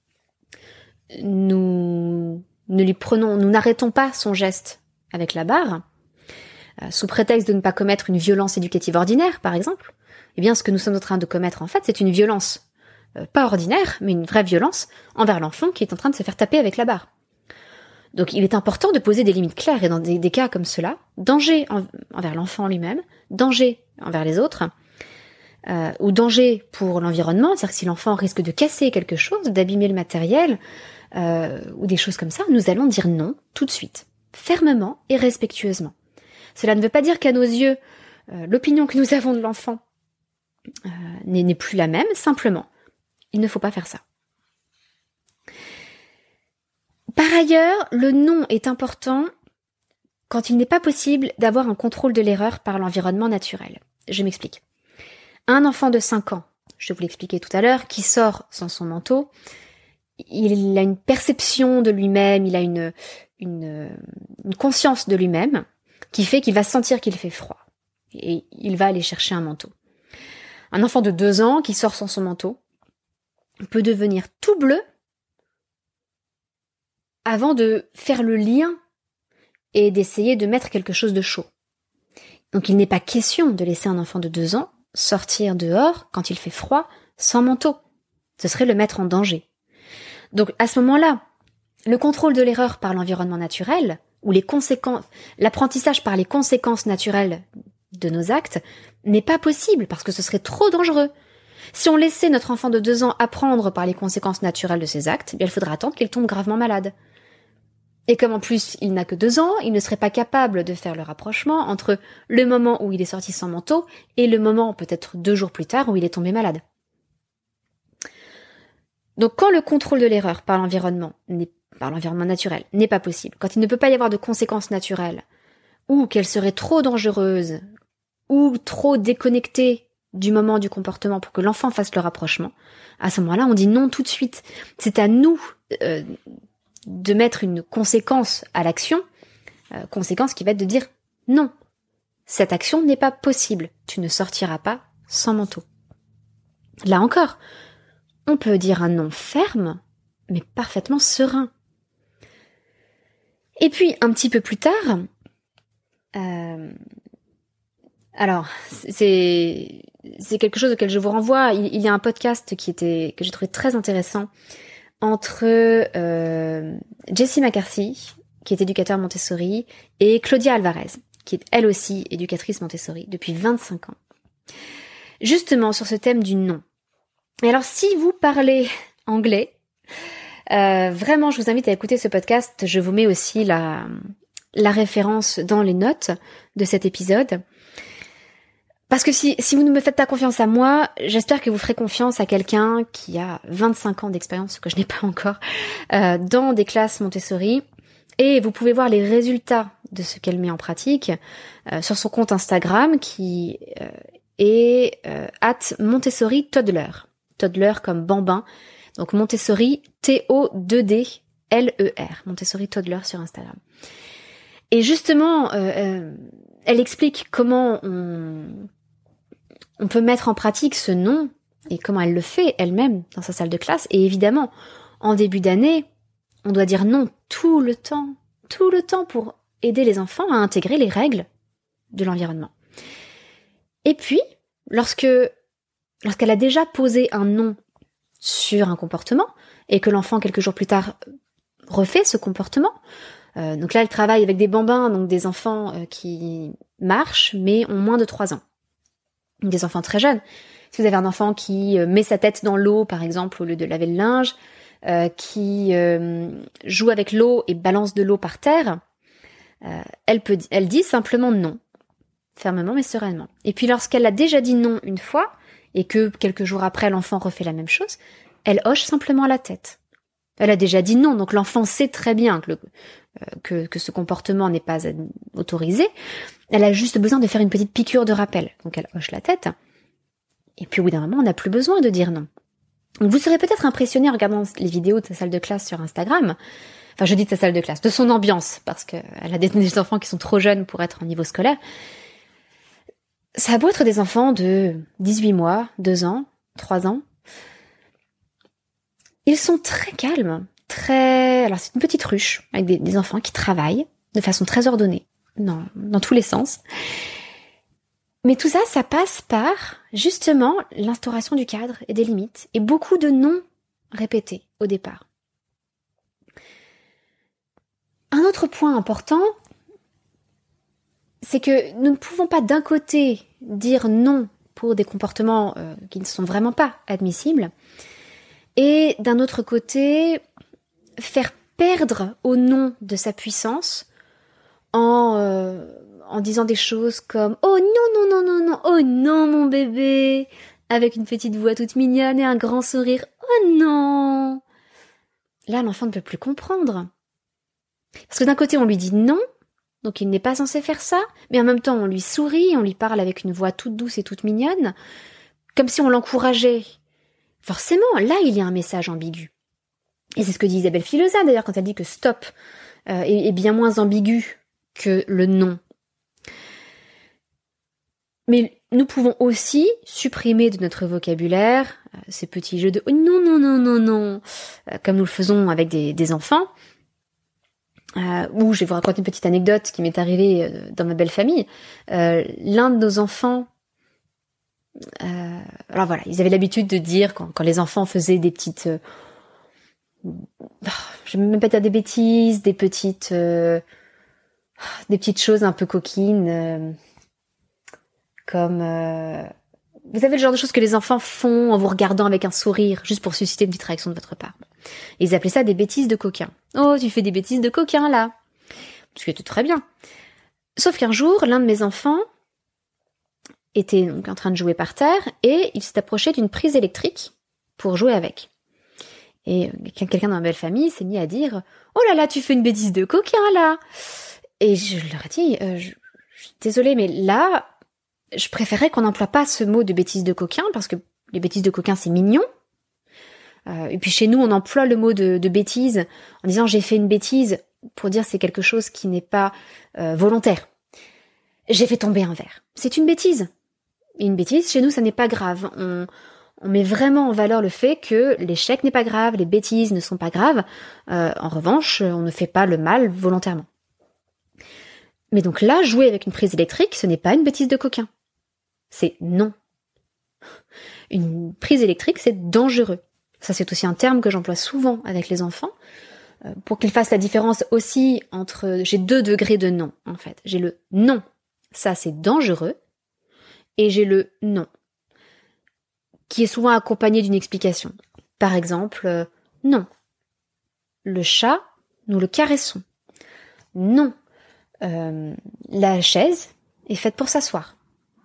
nous ne lui prenons, nous n'arrêtons pas son geste avec la barre, euh, sous prétexte de ne pas commettre une violence éducative ordinaire, par exemple, eh bien, ce que nous sommes en train de commettre, en fait, c'est une violence, euh, pas ordinaire, mais une vraie violence envers l'enfant qui est en train de se faire taper avec la barre. Donc, il est important de poser des limites claires, et dans des, des cas comme cela, danger en, envers l'enfant lui-même, danger envers les autres, euh, ou danger pour l'environnement, c'est-à-dire que si l'enfant risque de casser quelque chose, d'abîmer le matériel, Euh, ou des choses comme ça, nous allons dire non tout de suite, fermement et respectueusement. Cela ne veut pas dire qu'à nos yeux, euh, l'opinion que nous avons de l'enfant euh, n'est, n'est plus la même, simplement, il ne faut pas faire ça. Par ailleurs, le non est important quand il n'est pas possible d'avoir un contrôle de l'erreur par l'environnement naturel. Je m'explique. Un enfant de cinq ans, je vous l'expliquais tout à l'heure, qui sort sans son manteau, il a une perception de lui-même, il a une, une, une conscience de lui-même qui fait qu'il va sentir qu'il fait froid. Et il va aller chercher un manteau. Un enfant de deux ans qui sort sans son manteau peut devenir tout bleu avant de faire le lien et d'essayer de mettre quelque chose de chaud. Donc il n'est pas question de laisser un enfant de deux ans sortir dehors quand il fait froid sans manteau. Ce serait le mettre en danger. Donc à ce moment-là, le contrôle de l'erreur par l'environnement naturel, ou les conséquences, l'apprentissage par les conséquences naturelles de nos actes, n'est pas possible parce que ce serait trop dangereux. Si on laissait notre enfant de deux ans apprendre par les conséquences naturelles de ses actes, eh bien il faudra attendre qu'il tombe gravement malade. Et comme en plus il n'a que deux ans, il ne serait pas capable de faire le rapprochement entre le moment où il est sorti sans manteau et le moment, peut-être deux jours plus tard, où il est tombé malade. Donc quand le contrôle de l'erreur par l'environnement, n'est, par l'environnement naturel n'est pas possible, quand il ne peut pas y avoir de conséquences naturelles, ou qu'elles seraient trop dangereuses, ou trop déconnectées du moment du comportement pour que l'enfant fasse le rapprochement, à ce moment-là on dit non tout de suite. C'est à nous euh, de mettre une conséquence à l'action, euh, conséquence qui va être de dire non, cette action n'est pas possible, tu ne sortiras pas sans manteau. Là encore, on peut dire un non ferme, mais parfaitement serein. Et puis, un petit peu plus tard, euh, alors, c'est, c'est quelque chose auquel je vous renvoie. Il, il y a un podcast qui était, que j'ai trouvé très intéressant entre euh, Jessie McCarthy, qui est éducateur Montessori, et Claudia Alvarez, qui est elle aussi éducatrice Montessori depuis vingt-cinq ans. Justement sur ce thème du non. Et alors, si vous parlez anglais, euh, vraiment, je vous invite à écouter ce podcast. Je vous mets aussi la, la référence dans les notes de cet épisode. Parce que si, si vous ne me faites pas confiance à moi, j'espère que vous ferez confiance à quelqu'un qui a vingt-cinq ans d'expérience, ce que je n'ai pas encore, euh, dans des classes Montessori. Et vous pouvez voir les résultats de ce qu'elle met en pratique euh, sur son compte Instagram qui euh, est euh, at Montessori Toddler. Toddler comme bambin. Donc Montessori T O deux D L E R. Montessori Toddler sur Instagram. Et justement, euh, euh, elle explique comment on, on peut mettre en pratique ce non et comment elle le fait elle-même dans sa salle de classe. Et évidemment, en début d'année, on doit dire non tout le temps, tout le temps pour aider les enfants à intégrer les règles de l'environnement. Et puis, lorsque, lorsqu'elle a déjà posé un non sur un comportement et que l'enfant, quelques jours plus tard, refait ce comportement, euh, donc là, elle travaille avec des bambins, donc des enfants euh, qui marchent mais ont moins de trois ans. Des enfants très jeunes. Si vous avez un enfant qui euh, met sa tête dans l'eau, par exemple, au lieu de laver le linge, Euh, qui euh, joue avec l'eau et balance de l'eau par terre, euh, elle peut, elle dit simplement non, fermement mais sereinement. Et puis lorsqu'elle a déjà dit non une fois, et que quelques jours après l'enfant refait la même chose, elle hoche simplement la tête. Elle a déjà dit non, donc l'enfant sait très bien que le, euh, que, que ce comportement n'est pas autorisé, elle a juste besoin de faire une petite piqûre de rappel. Donc elle hoche la tête, et puis au bout d'un moment, on n'a plus besoin de dire non. Donc vous serez peut-être impressionné en regardant les vidéos de sa salle de classe sur Instagram. Enfin, je dis de sa salle de classe, de son ambiance, parce qu'elle a des, des enfants qui sont trop jeunes pour être en niveau scolaire. Ça a beau être des enfants de dix-huit mois, deux ans, trois ans. Ils sont très calmes, très... Alors c'est une petite ruche, avec des, des enfants qui travaillent de façon très ordonnée, dans, dans tous les sens. Mais tout ça, ça passe par, justement, l'instauration du cadre et des limites, et beaucoup de non répétés au départ. Un autre point important, c'est que nous ne pouvons pas d'un côté dire non pour des comportements euh, qui ne sont vraiment pas admissibles, et d'un autre côté, faire perdre au non de sa puissance en, euh, en disant des choses comme « Oh non, non, non, non, non, oh non mon bébé !» avec une petite voix toute mignonne et un grand sourire « Oh non !» Là, l'enfant ne peut plus comprendre. Parce que d'un côté, on lui dit non, donc il n'est pas censé faire ça, mais en même temps, on lui sourit, on lui parle avec une voix toute douce et toute mignonne, comme si on l'encourageait. Forcément, là, il y a un message ambigu. Et c'est ce que dit Isabelle Filosa, d'ailleurs, quand elle dit que stop euh, est, est bien moins ambigu que le non. Mais nous pouvons aussi supprimer de notre vocabulaire euh, ces petits jeux de oh, non, non, non, non, non, euh, comme nous le faisons avec des, des enfants. Euh, où je vais vous raconter une petite anecdote qui m'est arrivée euh, dans ma belle famille. Euh, l'un de nos enfants, euh, alors voilà, ils avaient l'habitude de dire quand, quand les enfants faisaient des petites, euh, je vais même pas dire des bêtises, des petites, euh, des petites choses un peu coquines, euh, comme, euh, vous savez le genre de choses que les enfants font en vous regardant avec un sourire, juste pour susciter une petite réaction de votre part. Et ils appelaient ça des bêtises de coquin. Oh, tu fais des bêtises de coquin, là. Ce qui était très bien. Sauf qu'un jour, l'un de mes enfants était donc en train de jouer par terre et il s'est approché d'une prise électrique pour jouer avec. Et quelqu'un dans ma belle famille s'est mis à dire « Oh là là, tu fais une bêtise de coquin, là !» Et je leur ai dit euh, « je, je suis désolée, mais là, je préférais qu'on n'emploie pas ce mot de bêtise de coquin parce que les bêtises de coquin, c'est mignon. » Euh, et puis chez nous, on emploie le mot de, de bêtise en disant j'ai fait une bêtise pour dire c'est quelque chose qui n'est pas euh, volontaire. J'ai fait tomber un verre. C'est une bêtise. Et une bêtise, chez nous, ça n'est pas grave. On, on met vraiment en valeur le fait que l'échec n'est pas grave, les bêtises ne sont pas graves. Euh, en revanche, on ne fait pas le mal volontairement. Mais donc là, jouer avec une prise électrique, ce n'est pas une bêtise de coquin. C'est non. Une prise électrique, c'est dangereux. Ça, c'est aussi un terme que j'emploie souvent avec les enfants, euh, pour qu'ils fassent la différence aussi entre... J'ai deux degrés de non, en fait. J'ai le non, ça c'est dangereux, et j'ai le non, qui est souvent accompagné d'une explication. Par exemple, euh, non, le chat, nous le caressons. Non, euh, la chaise est faite pour s'asseoir.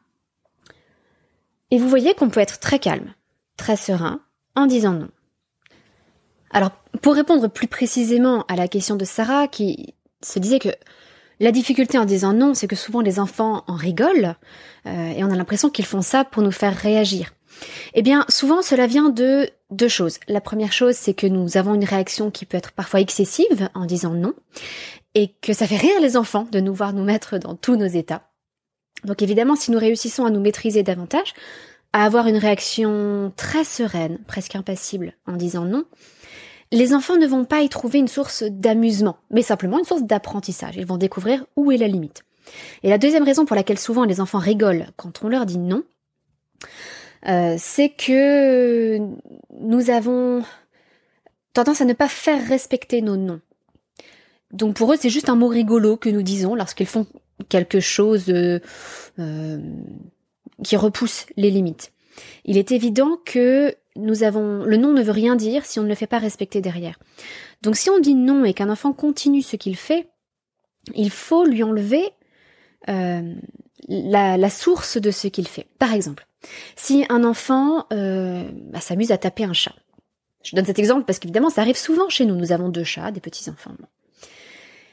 Et vous voyez qu'on peut être très calme, très serein, en disant non. Alors, pour répondre plus précisément à la question de Sarah, qui se disait que la difficulté en disant non, c'est que souvent les enfants en rigolent, euh, et on a l'impression qu'ils font ça pour nous faire réagir. Eh bien, souvent, cela vient de deux choses. La première chose, c'est que nous avons une réaction qui peut être parfois excessive en disant non, et que ça fait rire les enfants de nous voir nous mettre dans tous nos états. Donc évidemment, si nous réussissons à nous maîtriser davantage, à avoir une réaction très sereine, presque impassible, en disant non, les enfants ne vont pas y trouver une source d'amusement, mais simplement une source d'apprentissage. Ils vont découvrir où est la limite. Et la deuxième raison pour laquelle souvent les enfants rigolent quand on leur dit non, euh, c'est que nous avons tendance à ne pas faire respecter nos noms. Donc pour eux, c'est juste un mot rigolo que nous disons lorsqu'ils font quelque chose euh, euh, qui repousse les limites. Il est évident que nous avons, le non ne veut rien dire si on ne le fait pas respecter derrière. Donc si on dit non et qu'un enfant continue ce qu'il fait, il faut lui enlever euh, la, la source de ce qu'il fait. Par exemple, si un enfant euh, bah, s'amuse à taper un chat. Je donne cet exemple parce qu'évidemment ça arrive souvent chez nous. Nous avons deux chats, des petits-enfants.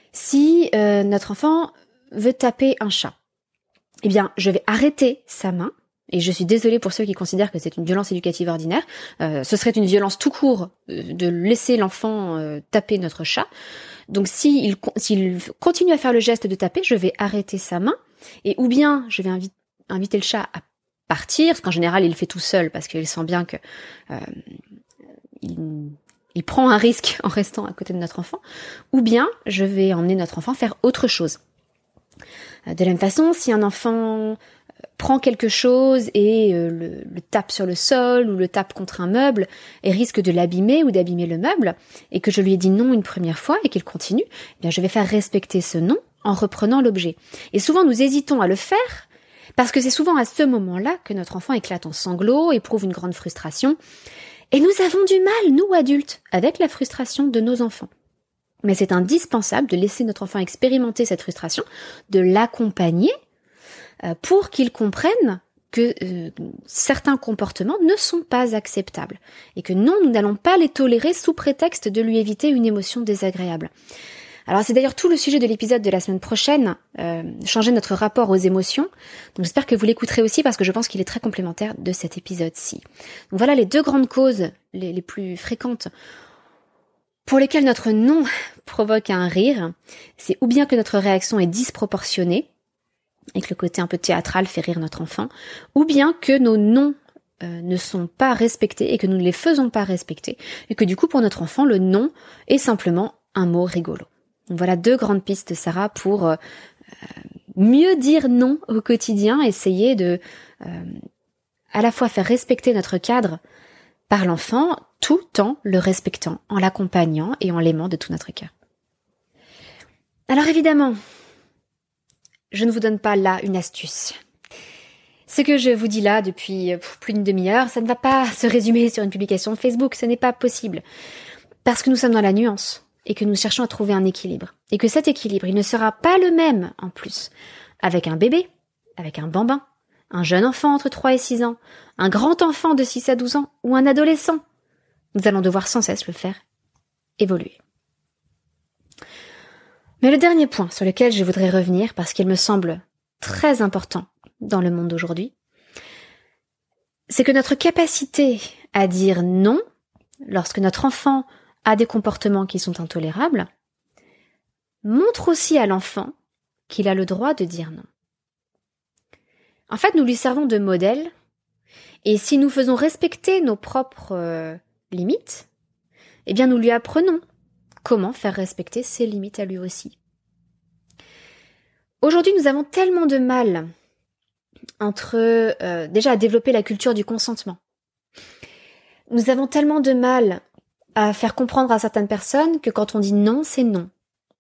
Si euh, notre enfant veut taper un chat, eh bien, je vais arrêter sa main. Et je suis désolée pour ceux qui considèrent que c'est une violence éducative ordinaire. Euh, ce serait une violence tout court euh, de laisser l'enfant euh, taper notre chat. Donc s'il s'il continue à faire le geste de taper, je vais arrêter sa main. Et ou bien je vais invi- inviter le chat à partir, parce qu'en général il le fait tout seul, parce qu'il sent bien que euh, il, il prend un risque en restant à côté de notre enfant. Ou bien je vais emmener notre enfant faire autre chose. De la même façon, si un enfant prend quelque chose et euh, le, le tape sur le sol ou le tape contre un meuble et risque de l'abîmer ou d'abîmer le meuble, et que je lui ai dit non une première fois et qu'il continue, eh bien je vais faire respecter ce non en reprenant l'objet. Et souvent nous hésitons à le faire parce que c'est souvent à ce moment-là que notre enfant éclate en sanglots, éprouve une grande frustration, et nous avons du mal, nous adultes, avec la frustration de nos enfants. Mais c'est indispensable de laisser notre enfant expérimenter cette frustration, de l'accompagner pour qu'ils comprennent que euh, certains comportements ne sont pas acceptables et que non, nous n'allons pas les tolérer sous prétexte de lui éviter une émotion désagréable. Alors c'est d'ailleurs tout le sujet de l'épisode de la semaine prochaine, euh, changer notre rapport aux émotions. Donc j'espère que vous l'écouterez aussi parce que je pense qu'il est très complémentaire de cet épisode-ci. Donc voilà les deux grandes causes les, les plus fréquentes pour lesquelles notre non provoque un rire. C'est ou bien que notre réaction est disproportionnée, et que le côté un peu théâtral fait rire notre enfant, ou bien que nos noms euh, ne sont pas respectés et que nous ne les faisons pas respecter, et que du coup pour notre enfant le non est simplement un mot rigolo. Donc voilà deux grandes pistes, Sarah, pour euh, mieux dire non au quotidien, essayer de euh, à la fois faire respecter notre cadre par l'enfant, tout en le respectant, en l'accompagnant et en l'aimant de tout notre cœur. Alors évidemment, je ne vous donne pas là une astuce. Ce que je vous dis là depuis plus d'une demi-heure, ça ne va pas se résumer sur une publication Facebook, ce n'est pas possible. Parce que nous sommes dans la nuance et que nous cherchons à trouver un équilibre. Et que cet équilibre, il ne sera pas le même en plus avec un bébé, avec un bambin, un jeune enfant entre trois et six ans, un grand enfant de six à douze ans ou un adolescent. Nous allons devoir sans cesse le faire évoluer. Mais le dernier point sur lequel je voudrais revenir, parce qu'il me semble très important dans le monde d'aujourd'hui, c'est que notre capacité à dire non, lorsque notre enfant a des comportements qui sont intolérables, montre aussi à l'enfant qu'il a le droit de dire non. En fait, nous lui servons de modèle, et si nous faisons respecter nos propres euh, limites, eh bien nous lui apprenons comment faire respecter ses limites à lui aussi. Aujourd'hui, nous avons tellement de mal entre euh, déjà à développer la culture du consentement. Nous avons tellement de mal à faire comprendre à certaines personnes que quand on dit non, c'est non.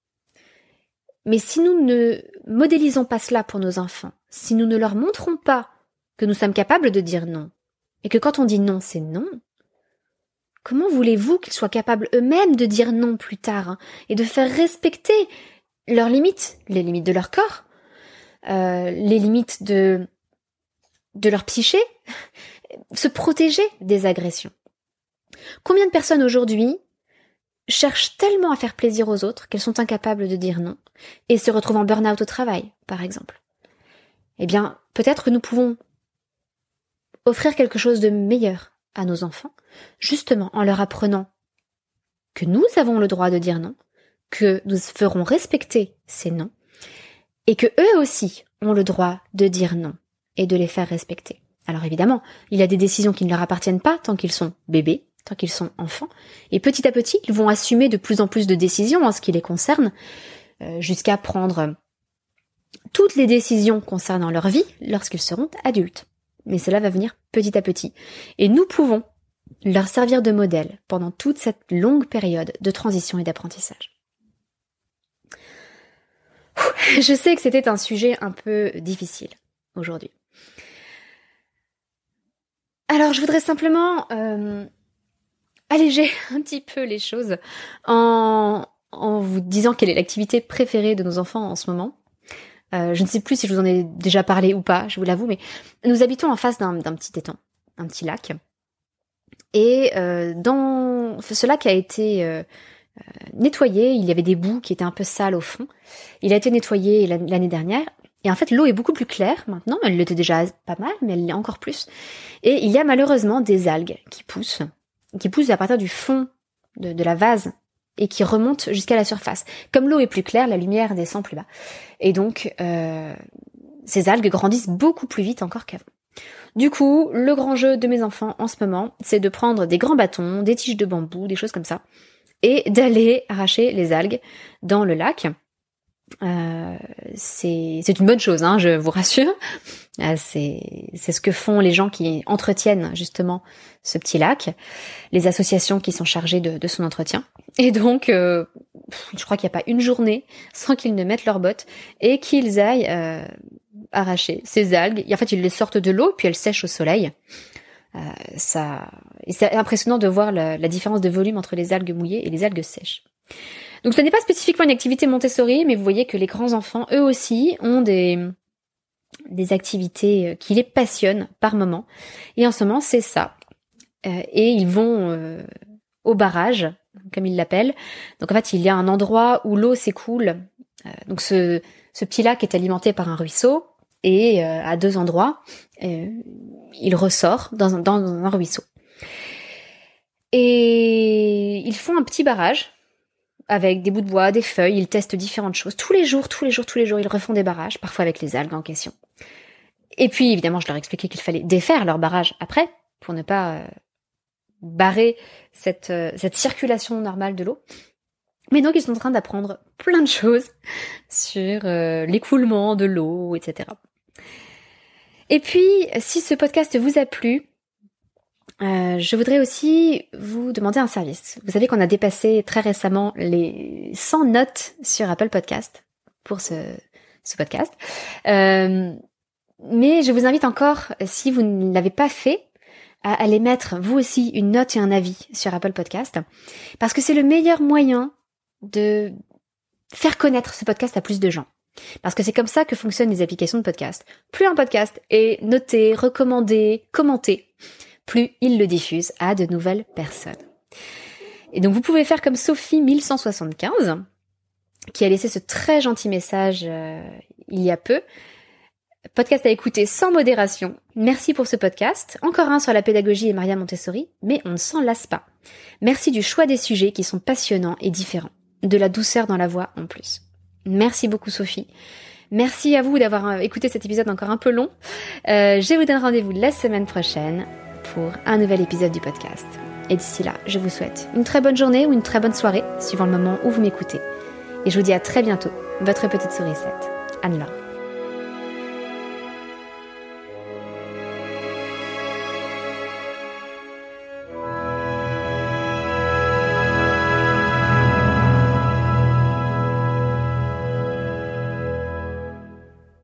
Mais si nous ne modélisons pas cela pour nos enfants, si nous ne leur montrons pas que nous sommes capables de dire non, et que quand on dit non, c'est non, comment voulez-vous qu'ils soient capables eux-mêmes de dire non plus tard, hein, et de faire respecter leurs limites, les limites de leur corps, euh, les limites de, de leur psyché, se protéger des agressions. Combien de personnes aujourd'hui cherchent tellement à faire plaisir aux autres qu'elles sont incapables de dire non et se retrouvent en burn-out au travail, par exemple? Eh bien, peut-être que nous pouvons offrir quelque chose de meilleur à nos enfants, justement en leur apprenant que nous avons le droit de dire non, que nous ferons respecter ces noms, et que eux aussi ont le droit de dire non et de les faire respecter. Alors évidemment, il y a des décisions qui ne leur appartiennent pas tant qu'ils sont bébés, tant qu'ils sont enfants, et petit à petit, ils vont assumer de plus en plus de décisions en ce qui les concerne, euh, jusqu'à prendre toutes les décisions concernant leur vie lorsqu'ils seront adultes. Mais cela va venir petit à petit. Et nous pouvons leur servir de modèle pendant toute cette longue période de transition et d'apprentissage. Je sais que c'était un sujet un peu difficile aujourd'hui. Alors je voudrais simplement euh, alléger un petit peu les choses en, en vous disant quelle est l'activité préférée de nos enfants en ce moment. Euh, je ne sais plus si je vous en ai déjà parlé ou pas, je vous l'avoue, mais nous habitons en face d'un, d'un petit étang, un petit lac. Et euh, dans ce lac a été euh, nettoyé. Il y avait des boues qui étaient un peu sales au fond. Il a été nettoyé l'année dernière. Et en fait, l'eau est beaucoup plus claire maintenant. Elle l'était déjà pas mal, mais elle l'est encore plus. Et il y a malheureusement des algues qui poussent, qui poussent à partir du fond de, de la vase et qui remontent jusqu'à la surface. Comme l'eau est plus claire, la lumière descend plus bas. Et donc, euh, ces algues grandissent beaucoup plus vite encore qu'avant. Du coup, le grand jeu de mes enfants en ce moment, c'est de prendre des grands bâtons, des tiges de bambou, des choses comme ça, et d'aller arracher les algues dans le lac. Euh, c'est, c'est une bonne chose, hein, je vous rassure. Euh, c'est, c'est ce que font les gens qui entretiennent justement ce petit lac, les associations qui sont chargées de, de son entretien. Et donc, euh, je crois qu'il n'y a pas une journée sans qu'ils ne mettent leurs bottes et qu'ils aillent euh, arracher ces algues. Et en fait, ils les sortent de l'eau puis elles sèchent au soleil. Euh, ça, et c'est impressionnant de voir la, la différence de volume entre les algues mouillées et les algues sèches. Donc ce n'est pas spécifiquement une activité Montessori, mais vous voyez que les grands enfants, eux aussi, ont des, des activités qui les passionnent par moment. Et en ce moment, c'est ça. Euh, et ils vont euh, au barrage, comme ils l'appellent. Donc en fait, il y a un endroit où l'eau s'écoule. Euh, donc ce, ce petit lac est alimenté par un ruisseau. Et euh, à deux endroits, euh, il ressort dans un, dans un ruisseau. Et ils font un petit barrage avec des bouts de bois, des feuilles, ils testent différentes choses. Tous les jours, tous les jours, tous les jours, ils refont des barrages, parfois avec les algues en question. Et puis, évidemment, je leur expliquais qu'il fallait défaire leur barrage après, pour ne pas euh, barrer cette, euh, cette circulation normale de l'eau. Mais donc, ils sont en train d'apprendre plein de choses sur euh, l'écoulement de l'eau, et cetera. Et puis, si ce podcast vous a plu, Euh, je voudrais aussi vous demander un service. Vous savez qu'on a dépassé très récemment les cent notes sur Apple Podcast pour ce, ce podcast. Euh, mais je vous invite encore, si vous ne l'avez pas fait, à aller mettre vous aussi une note et un avis sur Apple Podcast, parce que c'est le meilleur moyen de faire connaître ce podcast à plus de gens. Parce que c'est comme ça que fonctionnent les applications de podcast. Plus un podcast est noté, recommandé, commenté, plus il le diffuse à de nouvelles personnes. Et donc vous pouvez faire comme Sophie mille cent soixante-quinze, qui a laissé ce très gentil message euh, il y a peu. Podcast à écouter sans modération. Merci pour ce podcast. Encore un sur la pédagogie et Maria Montessori, mais on ne s'en lasse pas. Merci du choix des sujets qui sont passionnants et différents. De la douceur dans la voix en plus. Merci beaucoup Sophie. Merci à vous d'avoir écouté cet épisode encore un peu long. Euh, je vous donne rendez-vous la semaine prochaine pour un nouvel épisode du podcast. Et d'ici là, je vous souhaite une très bonne journée ou une très bonne soirée, suivant le moment où vous m'écoutez. Et je vous dis à très bientôt, votre petite sourisette, Anne-Laure.